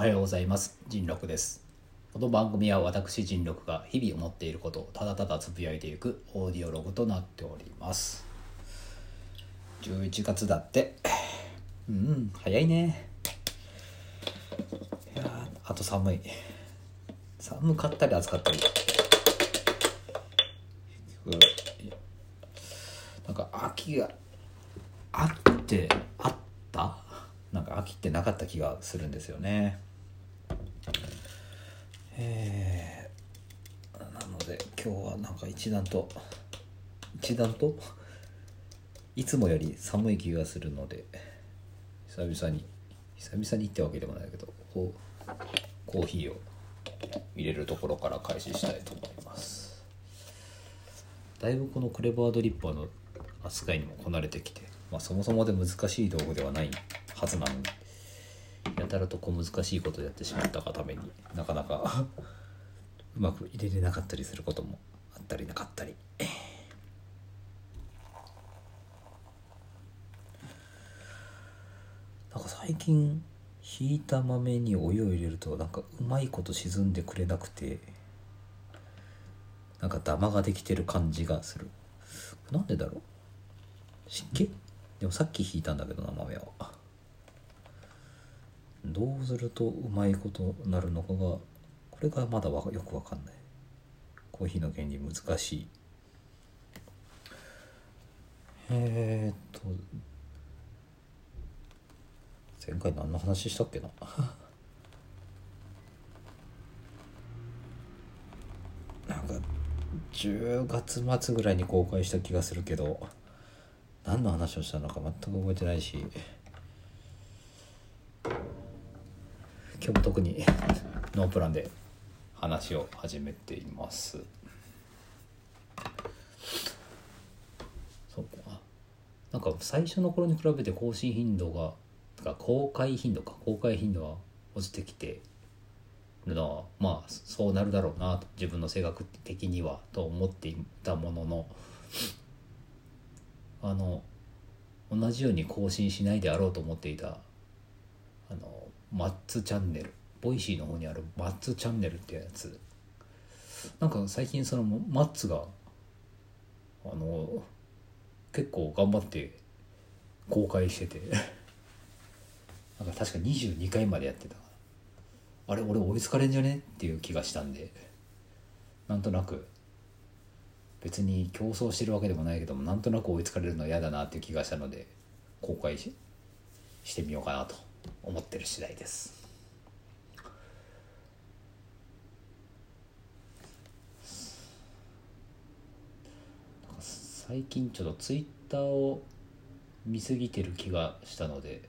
おはようございます。仁六です。この番組は私仁六が日々思っていることをただただつぶやいていくオーディオログとなっております。11月だって。早いね。いやあと寒かったり暑かったり。なんか秋ってあった？なんか秋ってなかった気がするんですよね。なので今日はなんか一段といつもより寒い気がするので、久々にってわけでもないけどコーヒーを入れるところから開始したいと思います。だいぶこのクレバードリッパーの扱いにもこなれてきて、そもそもで難しい道具ではないはずなのに、やたらと難しいことをやってしまったがためになかなかうまく入れれなかったりすることもあったりなかったり。なんか最近ひいた豆にお湯を入れるとなんかうまいこと沈んでくれなくて、なんかダマができてる感じがする。なんでだろう。湿気？でもさっきひいたんだけどな、豆は。どうするとうまいことなるのかが、これがまだよくわかんない。コーヒーの原理難しい。前回何の話したっけな。なんか10月末ぐらいに公開した気がするけど、何の話をしたのか全く覚えてないし、今日も特にノープランで話を始めています。そうか。なんか最初の頃に比べて公開頻度が落ちてきてるのは、そうなるだろうなと、自分の性格的にはと思っていたものの、同じように更新しないであろうと思っていたマッツチャンネル、ボイシーの方にあるマッツチャンネルってやつ、なんか最近そのマッツが結構頑張って公開しててなんか確か22回までやってたから、あれ俺追いつかれんじゃねっていう気がしたんで、なんとなく別に競争してるわけでもないけども、なんとなく追いつかれるのは嫌だなっていう気がしたので公開してみようかなと思ってる次第です。最近ちょっとツイッターを見すぎてる気がしたので、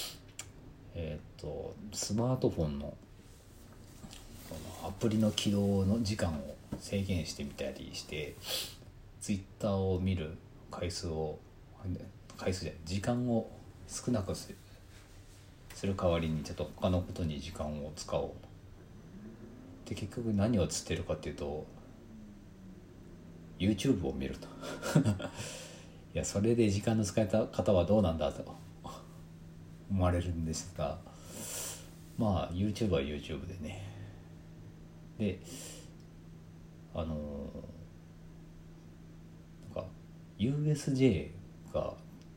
スマートフォンのアプリの起動の時間を制限してみたりして、ツイッターを見る時間を少なくする代わりにちょっと他のことに時間を使おうで、結局何をつってるかっていうと YouTube を見るといや、それで時間の使い方はどうなんだと思われるんですが、YouTube は YouTube でね。でなんか USJ が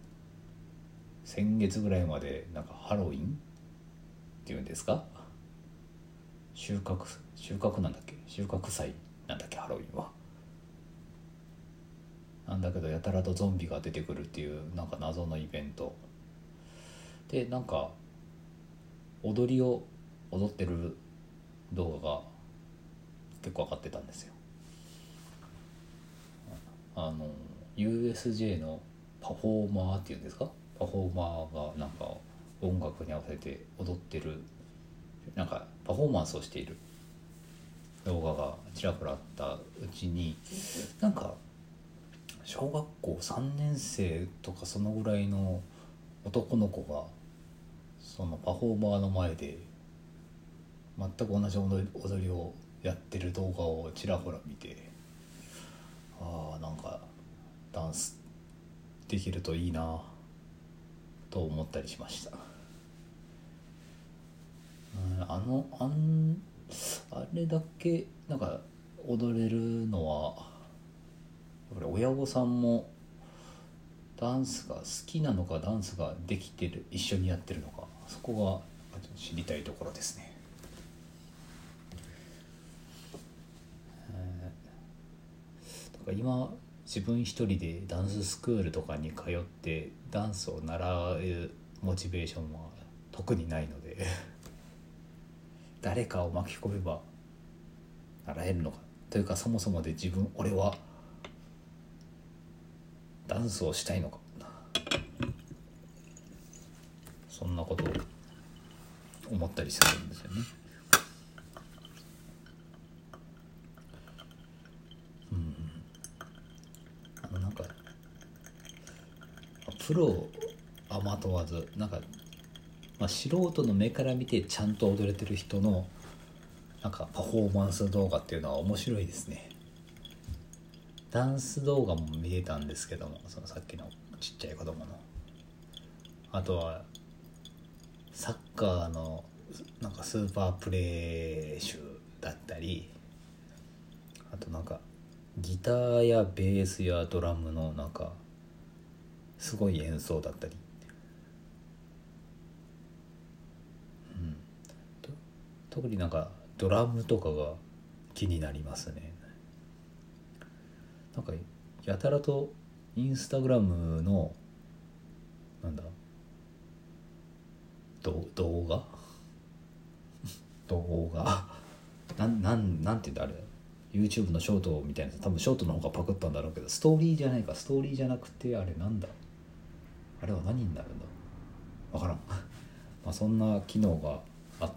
先月ぐらいまでなんかハロウィンっていうんですか、収穫なんだっけ、収穫祭なんだっけ、ハロウィンは。なんだけどやたらとゾンビが出てくるっていうなんか謎のイベントで、なんか踊ってる動画が結構上がってたんですよ。USJ のパフォーマーっていうんですか、パフォーマーがなんか音楽に合わせて踊ってる、なんかパフォーマンスをしている動画がちらほらあったうちに、なんか小学校3年生とかそのぐらいの男の子がそのパフォーマーの前で全く同じ踊りをやってる動画をちらほら見て、なんかダンスできるといいなと思ったりしました。 あれだけなんか踊れるのはやっぱり親御さんもダンスが好きなのか、ダンスができてる、一緒にやってるのか、そこが知りたいところですね。だから今自分一人でダンススクールとかに通ってダンスを習うモチベーションは特にないので誰かを巻き込めば習えるのかというか、そもそもで俺はダンスをしたいのか、そんなことを思ったりするんですよね。なんかプロアマ問わずなんか、素人の目から見てちゃんと踊れてる人のなんかパフォーマンス動画っていうのは面白いですね。ダンス動画も見れたんですけども、そのさっきのちっちゃい子供の、あとはサッカーのなんかスーパープレー集だったり、あとなんかギターやベースやドラムのなんかすごい演奏だったり、特になんかドラムとかが気になりますね。なんかやたらとインスタグラムのなんだ動画なんて言うんだあれ、 YouTube のショートみたいな、多分ショートの方がパクったんだろうけど、ストーリーじゃないか、ストーリーじゃなくてあれなんだ、あれは何になるんだわからんそんな機能があって、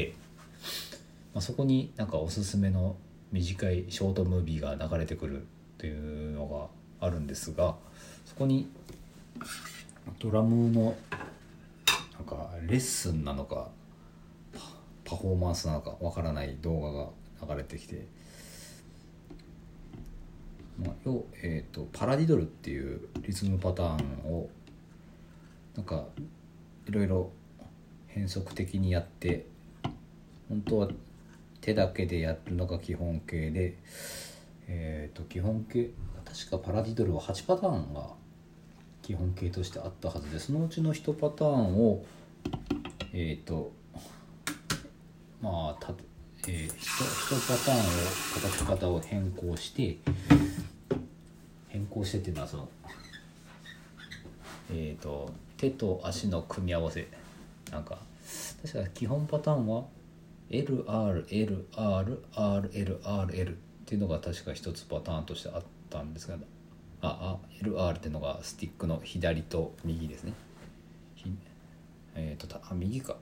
そこになんかおすすめの短いショートムービーが流れてくるっていうのがあるんですが、そこにドラムのなんかレッスンなのかパフォーマンスなのかわからない動画が流れてきて、パラディドルっていうリズムパターンをなんかいろいろ変則的にやって、本当は手だけでやるのが基本形で、基本形確かパラディドルは8パターンが基本形としてあったはずで、そのうちの1パターンを1パターンを叩き方を変更してっていうのはその手と足の組み合わせ、なんか確か基本パターンは LRLRRLRL っていうのが確か一つパターンとしてあったんですが、LR っていうのがスティックの左と右ですね。右か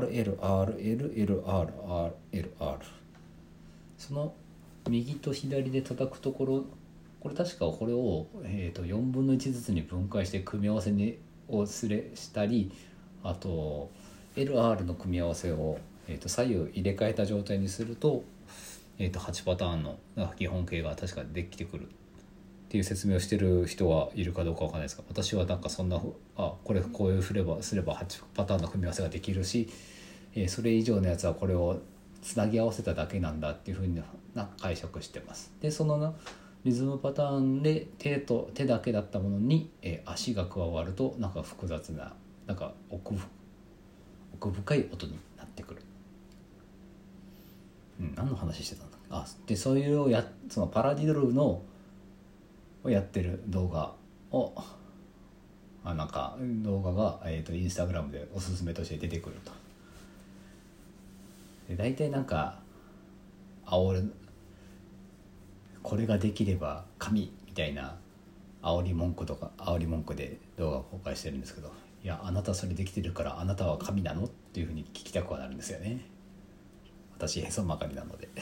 RLRLLRRLR、 その右と左で叩くところ、これ確かこれを、4分の1ずつに分解して組み合わせをしたり、あと LR の組み合わせを、左右入れ替えた状態にすると、8パターンの基本形が確かできてくるっていう説明をしてる人はいるかどうかわかんないですが、私はなんかそんなこれこういうすれば8パターンの組み合わせができるし、それ以上のやつはこれをつなぎ合わせただけなんだっていうふうな解釈してます。でそのリズムパターンで手だけだったものに、足が加わるとなんか複雑な、なんか奥深い音になってくる。何の話してたんだで、そういうそのパラディドルのをやってる動画をなんか動画が、インスタグラムでおすすめとして出てくると。で大体なんかこれができれば神みたいな煽り文句で動画を公開してるんですけど、いやあなたそれできてるからあなたは神なのっていうふうに聞きたくはなるんですよね。私へそ曲がりなので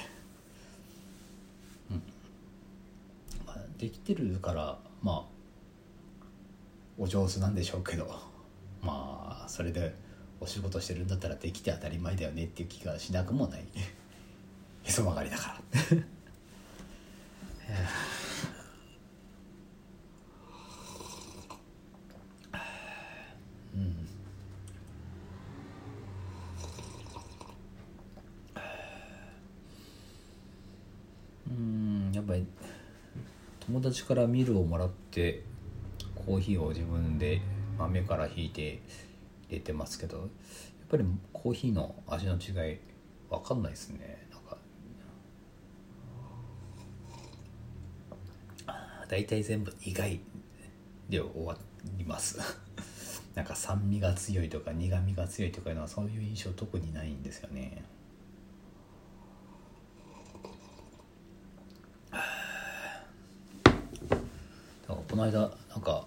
できてるからお上手なんでしょうけど、それでお仕事してるんだったらできて当たり前だよねっていう気がしなくもないへそ曲がりだから友達からミルをもらってコーヒーを自分で豆からひいて入れてますけど、やっぱりコーヒーの味の違い分かんないですね。なんか大体全部苦いで終わりますなんか酸味が強いとか苦味が強いとかいうのはそういう印象特にないんですよね。この間なんか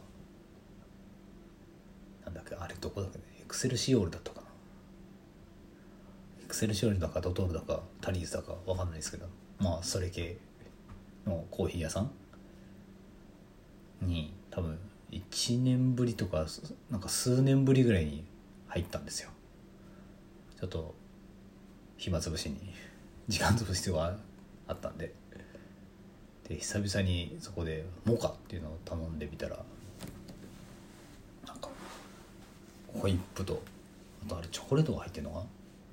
なんだっけ、あれどこだっけね、エクセルシオールだったかな、エクセルシオールだかドトールだかタリーズだかわかんないですけど、まあそれ系のコーヒー屋さんに多分1年ぶりとかなんか数年ぶりぐらいに入ったんですよ。ちょっと暇つぶしに時間つぶす必要があったんで、久々にそこでモカっていうのを頼んでみたら、なんかホイップとあとあれチョコレートが入ってるのかな、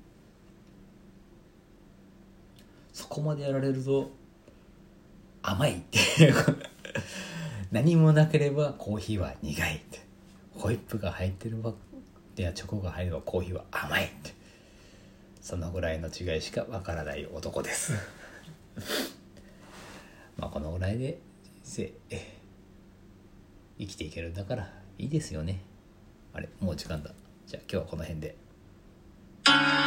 そこまでやられると甘いって何もなければコーヒーは苦いって、ホイップが入ってればチョコが入ればコーヒーは甘いって、そのぐらいの違いしかわからない男ですまあこのぐらいで人生生きていけるんだからいいですよね。あれもう時間だ。じゃあ今日はこの辺で。